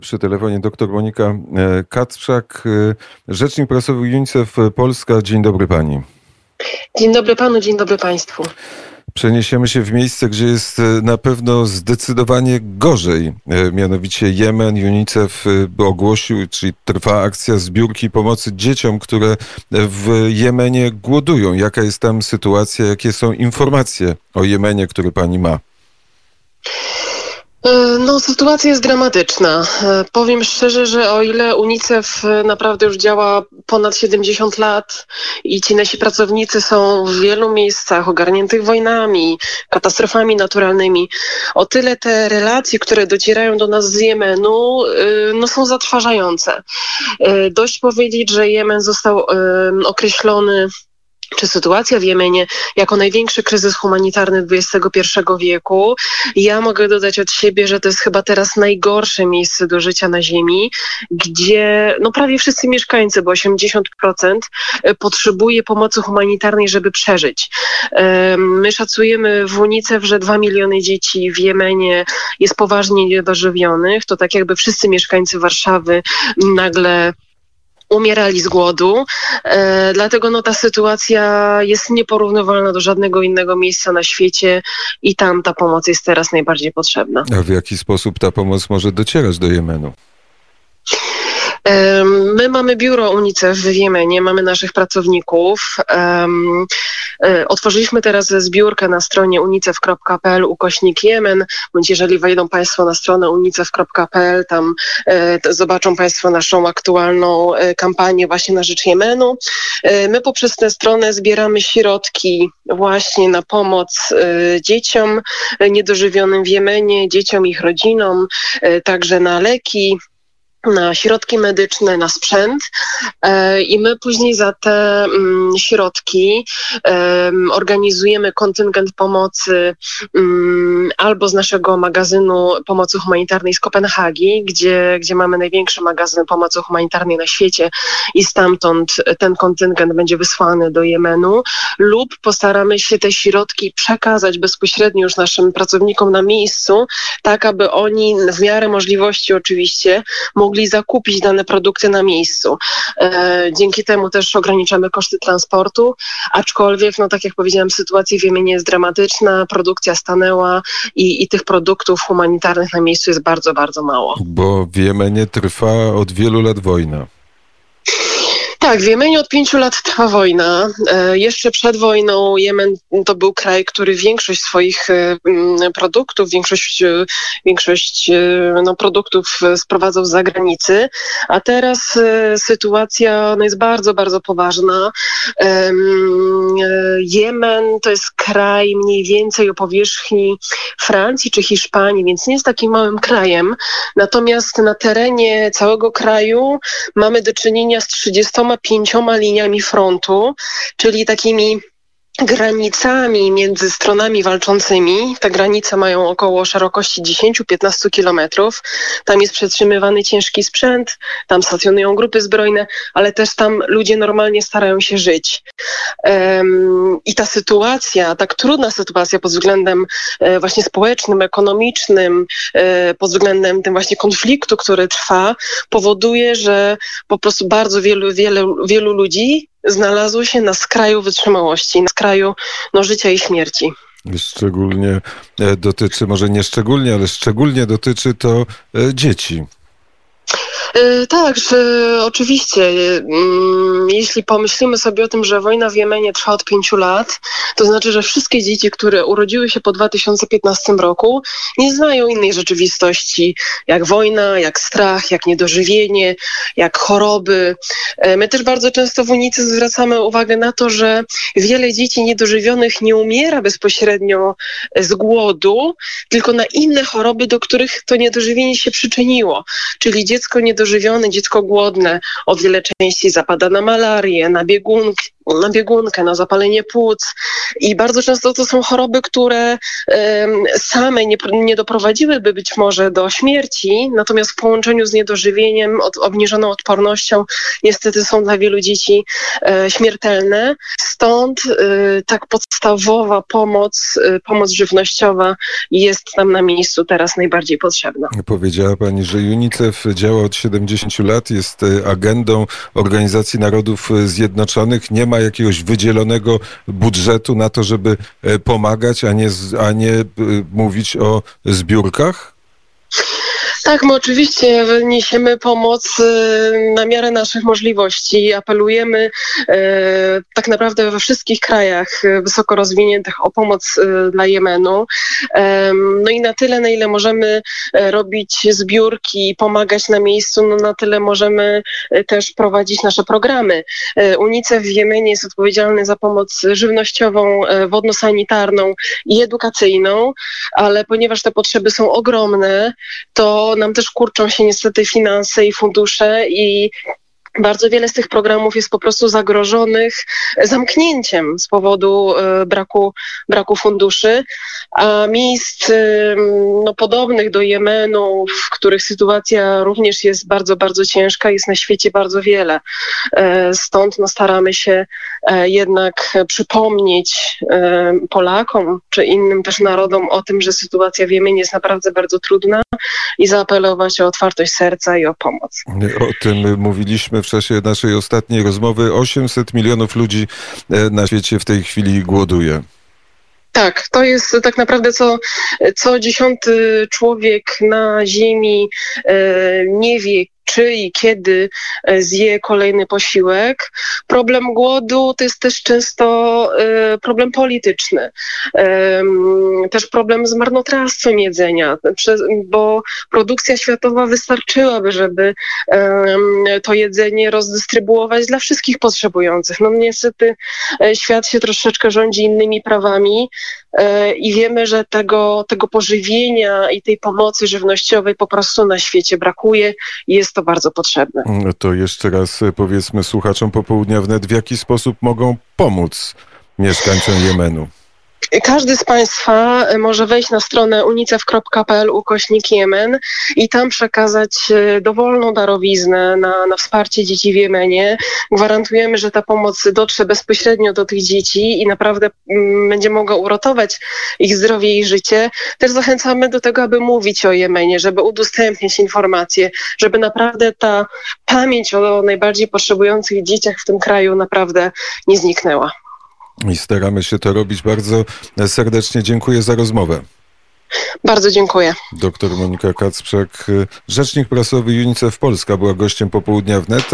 Przy telefonie dr Monika Katprzak, rzecznik prasowy UNICEF Polska. Dzień dobry pani. Dzień dobry panu, dzień dobry państwu. Przeniesiemy się w miejsce, gdzie jest na pewno zdecydowanie gorzej. Mianowicie Jemen. UNICEF ogłosił, czyli trwa akcja zbiórki pomocy dzieciom, które w Jemenie głodują. Jaka jest tam sytuacja? Jakie są informacje o Jemenie, które pani ma? No, sytuacja jest dramatyczna. Powiem szczerze, że o ile UNICEF naprawdę już działa ponad 70 lat i ci nasi pracownicy są w wielu miejscach ogarniętych wojnami, katastrofami naturalnymi, o tyle te relacje, które docierają do nas z Jemenu, no, są zatrważające. Dość powiedzieć, że Jemen został określony, czy sytuacja w Jemenie, jako największy kryzys humanitarny XXI wieku. Ja mogę dodać od siebie, że to jest chyba teraz najgorsze miejsce do życia na ziemi, gdzie no prawie wszyscy mieszkańcy, bo 80% potrzebuje pomocy humanitarnej, żeby przeżyć. My szacujemy w UNICEF, że 2 miliony dzieci w Jemenie jest poważnie niedożywionych. To tak jakby wszyscy mieszkańcy Warszawy nagle umierali z głodu, dlatego no, ta sytuacja jest nieporównywalna do żadnego innego miejsca na świecie i tam ta pomoc jest teraz najbardziej potrzebna. A w jaki sposób ta pomoc może docierać do Jemenu? My mamy biuro UNICEF w Jemenie, mamy naszych pracowników. Otworzyliśmy teraz zbiórkę na stronie unicef.pl/Jemen, bądź jeżeli wejdą państwo na stronę unicef.pl, tam zobaczą państwo naszą aktualną kampanię właśnie na rzecz Jemenu. My poprzez tę stronę zbieramy środki właśnie na pomoc dzieciom niedożywionym w Jemenie, dzieciom, ich rodzinom, także na leki, na środki medyczne, na sprzęt i my później za te środki organizujemy kontyngent pomocy albo z naszego magazynu pomocy humanitarnej z Kopenhagi, gdzie mamy największy magazyn pomocy humanitarnej na świecie i stamtąd ten kontyngent będzie wysłany do Jemenu, lub postaramy się te środki przekazać bezpośrednio już naszym pracownikom na miejscu, tak aby oni w miarę możliwości oczywiście mogli zakupić dane produkty na miejscu. Dzięki temu też ograniczamy koszty transportu, aczkolwiek, no tak jak powiedziałam, sytuacja w Jemenie jest dramatyczna, produkcja stanęła i tych produktów humanitarnych na miejscu jest bardzo, bardzo mało. Bo w Jemenie trwa od wielu lat wojna. Tak, w Jemenie od 5 lat trwa wojna. Jeszcze przed wojną Jemen to był kraj, który większość swoich produktów, większość produktów sprowadzał z zagranicy, a teraz sytuacja jest bardzo, bardzo poważna. Jemen to jest kraj mniej więcej o powierzchni Francji czy Hiszpanii, więc nie jest takim małym krajem. Natomiast na terenie całego kraju mamy do czynienia z 35 liniami frontu, czyli takimi granicami między stronami walczącymi. Te granice mają około szerokości 10-15 kilometrów. Tam jest przetrzymywany ciężki sprzęt, tam stacjonują grupy zbrojne, ale też tam ludzie normalnie starają się żyć. I ta sytuacja, tak trudna sytuacja pod względem właśnie społecznym, ekonomicznym, pod względem tym właśnie konfliktu, który trwa, powoduje, że po prostu bardzo wielu ludzi znalazło się na skraju wytrzymałości, na skraju życia i śmierci. Szczególnie dotyczy, może nie szczególnie, ale szczególnie dotyczy to dzieci. Tak, że oczywiście, jeśli pomyślimy sobie o tym, że wojna w Jemenie trwa od 5 lat, to znaczy, że wszystkie dzieci, które urodziły się po 2015 roku, nie znają innej rzeczywistości, jak wojna, jak strach, jak niedożywienie, jak choroby. My też bardzo często w UNICEF zwracamy uwagę na to, że wiele dzieci niedożywionych nie umiera bezpośrednio z głodu, tylko na inne choroby, do których to niedożywienie się przyczyniło. Czyli dziecko niedożywione, dziecko głodne o wiele częściej zapada na malarię, na biegunki, na biegunkę, na zapalenie płuc i bardzo często to są choroby, które same nie doprowadziłyby być może do śmierci, natomiast w połączeniu z niedożywieniem, obniżoną odpornością niestety są dla wielu dzieci śmiertelne. Stąd tak podstawowa pomoc żywnościowa jest nam na miejscu teraz najbardziej potrzebna. Powiedziała pani, że UNICEF działa od 70 lat, jest agendą Organizacji Narodów Zjednoczonych. Nie ma jakiegoś wydzielonego budżetu na to, żeby pomagać, a nie mówić o zbiórkach? Tak, my oczywiście niesiemy pomoc na miarę naszych możliwości. Apelujemy tak naprawdę we wszystkich krajach wysoko rozwiniętych o pomoc dla Jemenu. No i na tyle, na ile możemy robić zbiórki i pomagać na miejscu, no na tyle możemy też prowadzić nasze programy. UNICEF w Jemenie jest odpowiedzialny za pomoc żywnościową, wodno-sanitarną i edukacyjną, ale ponieważ te potrzeby są ogromne, to nam też kurczą się niestety finanse i fundusze i bardzo wiele z tych programów jest po prostu zagrożonych zamknięciem z powodu braku funduszy, a miejsc podobnych do Jemenu, w których sytuacja również jest bardzo, bardzo ciężka, jest na świecie bardzo wiele. Stąd staramy się jednak przypomnieć Polakom czy innym też narodom o tym, że sytuacja w Jemenie jest naprawdę bardzo trudna i zaapelować o otwartość serca i o pomoc. O tym mówiliśmy w czasie naszej ostatniej rozmowy. 800 milionów ludzi na świecie w tej chwili głoduje. Tak, to jest tak naprawdę co 10. człowiek na ziemi nie wie, czy i kiedy zje kolejny posiłek. Problem głodu to jest też często problem polityczny. Też problem z marnotrawstwem jedzenia, bo produkcja światowa wystarczyłaby, żeby to jedzenie rozdystrybuować dla wszystkich potrzebujących. No niestety świat się troszeczkę rządzi innymi prawami i wiemy, że tego pożywienia i tej pomocy żywnościowej po prostu na świecie brakuje i jest to bardzo potrzebne. To jeszcze raz powiedzmy słuchaczom Popołudnia Wnet, w jaki sposób mogą pomóc mieszkańcom Jemenu. Każdy z Państwa może wejść na stronę unicef.pl/Jemen i tam przekazać dowolną darowiznę na wsparcie dzieci w Jemenie. Gwarantujemy, że ta pomoc dotrze bezpośrednio do tych dzieci i naprawdę będzie mogła uratować ich zdrowie i życie. Też zachęcamy do tego, aby mówić o Jemenie, żeby udostępniać informacje, żeby naprawdę ta pamięć o najbardziej potrzebujących dzieciach w tym kraju naprawdę nie zniknęła. I staramy się to robić. Bardzo serdecznie dziękuję za rozmowę. Bardzo dziękuję. Doktor Monika Kacprzak, rzecznik prasowy UNICEF Polska, była gościem Popołudnia Wnet.